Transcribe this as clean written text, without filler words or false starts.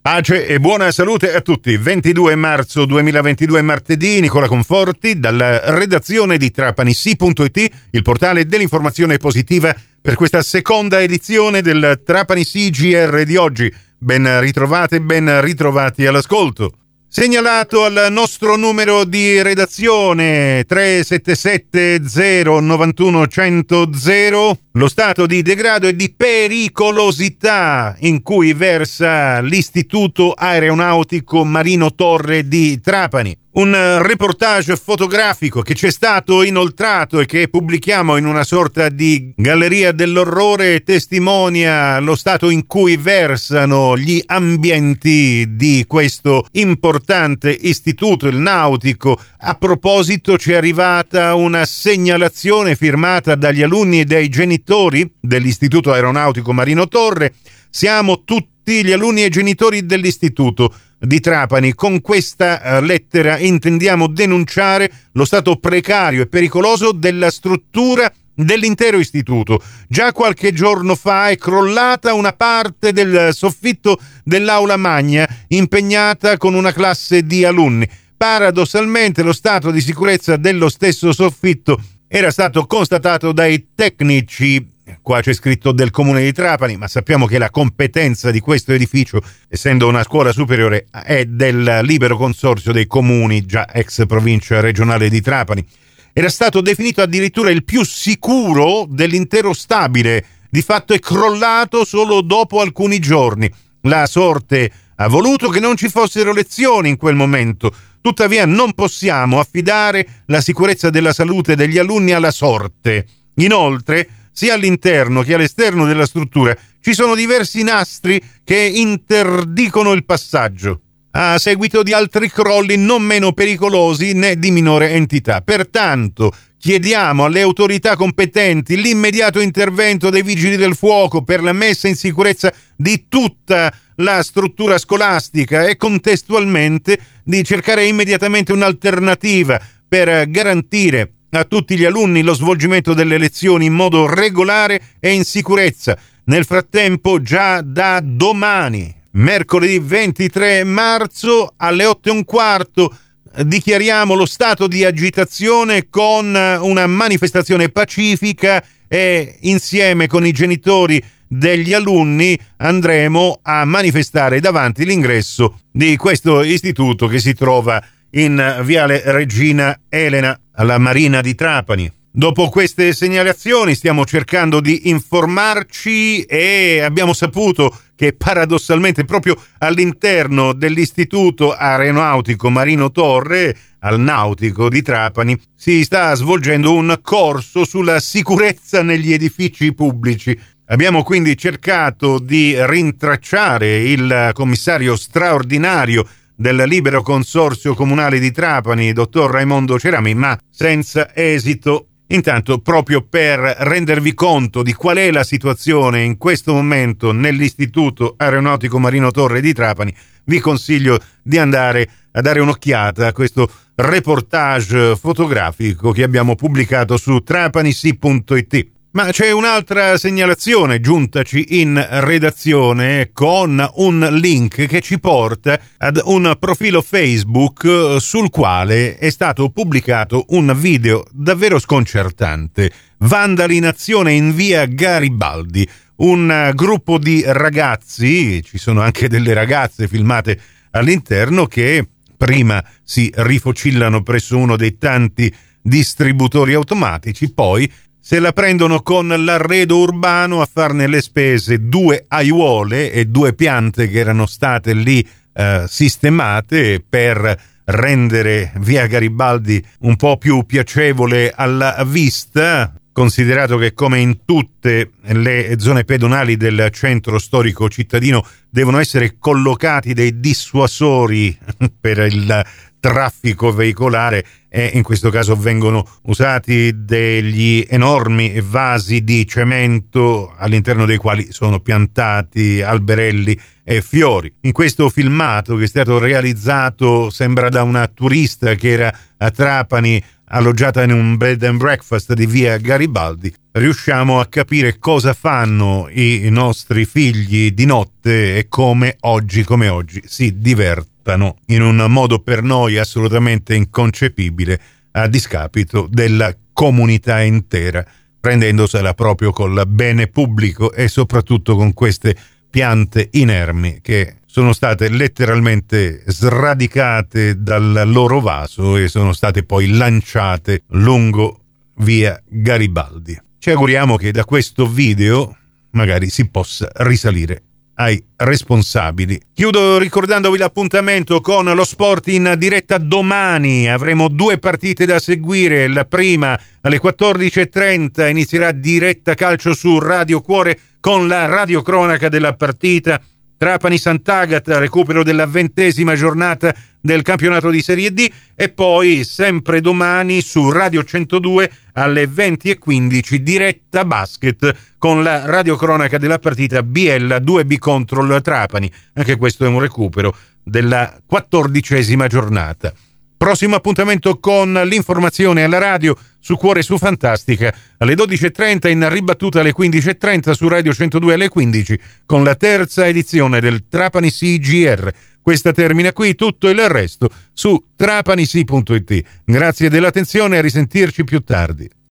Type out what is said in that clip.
Pace e buona salute a tutti. 22 marzo 2022 martedì, Nicola Conforti dalla redazione di TrapaniSì.it, il portale dell'informazione positiva, per questa seconda edizione del Trapanisì GR di oggi. Ben ritrovate, ben ritrovati all'ascolto. Segnalato al nostro numero di redazione 377 091 100 lo stato di degrado e di pericolosità in cui versa l'Istituto Aeronautico Marino Torre di Trapani. Un reportage fotografico che ci è stato inoltrato e che pubblichiamo in una sorta di galleria dell'orrore testimonia lo stato in cui versano gli ambienti di questo importante istituto, il nautico. A proposito, ci è arrivata una segnalazione firmata dagli alunni e dai genitori dell'Istituto Aeronautico Marino Torre. Siamo tutti gli alunni e genitori dell'Istituto di Trapani. Con questa lettera intendiamo denunciare lo stato precario e pericoloso della struttura dell'intero istituto. Già qualche giorno fa è crollata una parte del soffitto dell'aula magna impegnata con una classe di alunni. Paradossalmente lo stato di sicurezza dello stesso soffitto era stato constatato dai tecnici, qua c'è scritto del comune di Trapani, ma sappiamo che la competenza di questo edificio, essendo una scuola superiore, è del libero consorzio dei comuni, già ex provincia regionale di Trapani. Era stato definito addirittura il più sicuro dell'intero stabile, di fatto è crollato solo dopo alcuni giorni. La sorte ha voluto che non ci fossero lezioni in quel momento. Tuttavia non possiamo affidare la sicurezza della salute degli alunni alla sorte. Inoltre, sia all'interno che all'esterno della struttura ci sono diversi nastri che interdicono il passaggio, a seguito di altri crolli non meno pericolosi né di minore entità. Pertanto chiediamo alle autorità competenti l'immediato intervento dei vigili del fuoco per la messa in sicurezza di tutta la struttura scolastica e contestualmente di cercare immediatamente un'alternativa per garantire a tutti gli alunni lo svolgimento delle lezioni in modo regolare e in sicurezza. Nel frattempo, già da domani, mercoledì 23 marzo alle 8:15, dichiariamo lo stato di agitazione con una manifestazione pacifica e insieme con i genitori degli alunni andremo a manifestare davanti l'ingresso di questo istituto che si trova in Viale Regina Elena alla Marina di Trapani. Dopo queste segnalazioni stiamo cercando di informarci e abbiamo saputo che paradossalmente proprio all'interno dell'Istituto Aeronautico Marino Torre, al Nautico di Trapani, si sta svolgendo un corso sulla sicurezza negli edifici pubblici. Abbiamo quindi cercato di rintracciare il commissario straordinario del libero consorzio comunale di Trapani, dottor Raimondo Cerami, ma senza esito. Intanto, proprio per rendervi conto di qual è la situazione in questo momento nell'Istituto Aeronautico Marino Torre di Trapani, vi consiglio di andare a dare un'occhiata a questo reportage fotografico che abbiamo pubblicato su TrapaniSì.it. Ma c'è un'altra segnalazione giuntaci in redazione con un link che ci porta ad un profilo Facebook sul quale è stato pubblicato un video davvero sconcertante. Vandali in azione in via Garibaldi. Un gruppo di ragazzi, ci sono anche delle ragazze filmate all'interno, che prima si rifocillano presso uno dei tanti distributori automatici, poi se la prendono con l'arredo urbano a farne le spese 2 aiuole e 2 piante che erano state lì sistemate per rendere via Garibaldi un po' più piacevole alla vista, considerato che come in tutte le zone pedonali del centro storico cittadino devono essere collocati dei dissuasori per il traffico veicolare e in questo caso vengono usati degli enormi vasi di cemento all'interno dei quali sono piantati alberelli e fiori. In questo filmato, che è stato realizzato sembra da una turista che era a Trapani alloggiata in un bed and breakfast di via Garibaldi, riusciamo a capire cosa fanno i nostri figli di notte e come oggi si divertano in un modo per noi assolutamente inconcepibile, a discapito della comunità intera, prendendosela proprio col bene pubblico e soprattutto con queste piante inermi che sono state letteralmente sradicate dal loro vaso e sono state poi lanciate lungo via Garibaldi. Ci auguriamo che da questo video magari si possa risalire ai responsabili. Chiudo ricordandovi l'appuntamento con lo sport in diretta domani. Avremo 2 partite da seguire. La prima alle 14:30 inizierà diretta calcio su Radio Cuore con la radiocronaca della partita Trapani-Sant'Agata, recupero della 20ª giornata del campionato di Serie D, e poi sempre domani su Radio 102 alle 20:15 diretta basket con la radiocronaca della partita Biella 2B contro il Trapani. Anche questo è un recupero della 14ª giornata. Prossimo appuntamento con l'informazione alla radio su Cuore su Fantastica alle 12:30, in ribattuta alle 15:30 su Radio 102 alle 15 con la terza edizione del Trapani CGR. Questa termina qui, tutto il resto su trapanisi.it. Grazie dell'attenzione e a risentirci più tardi.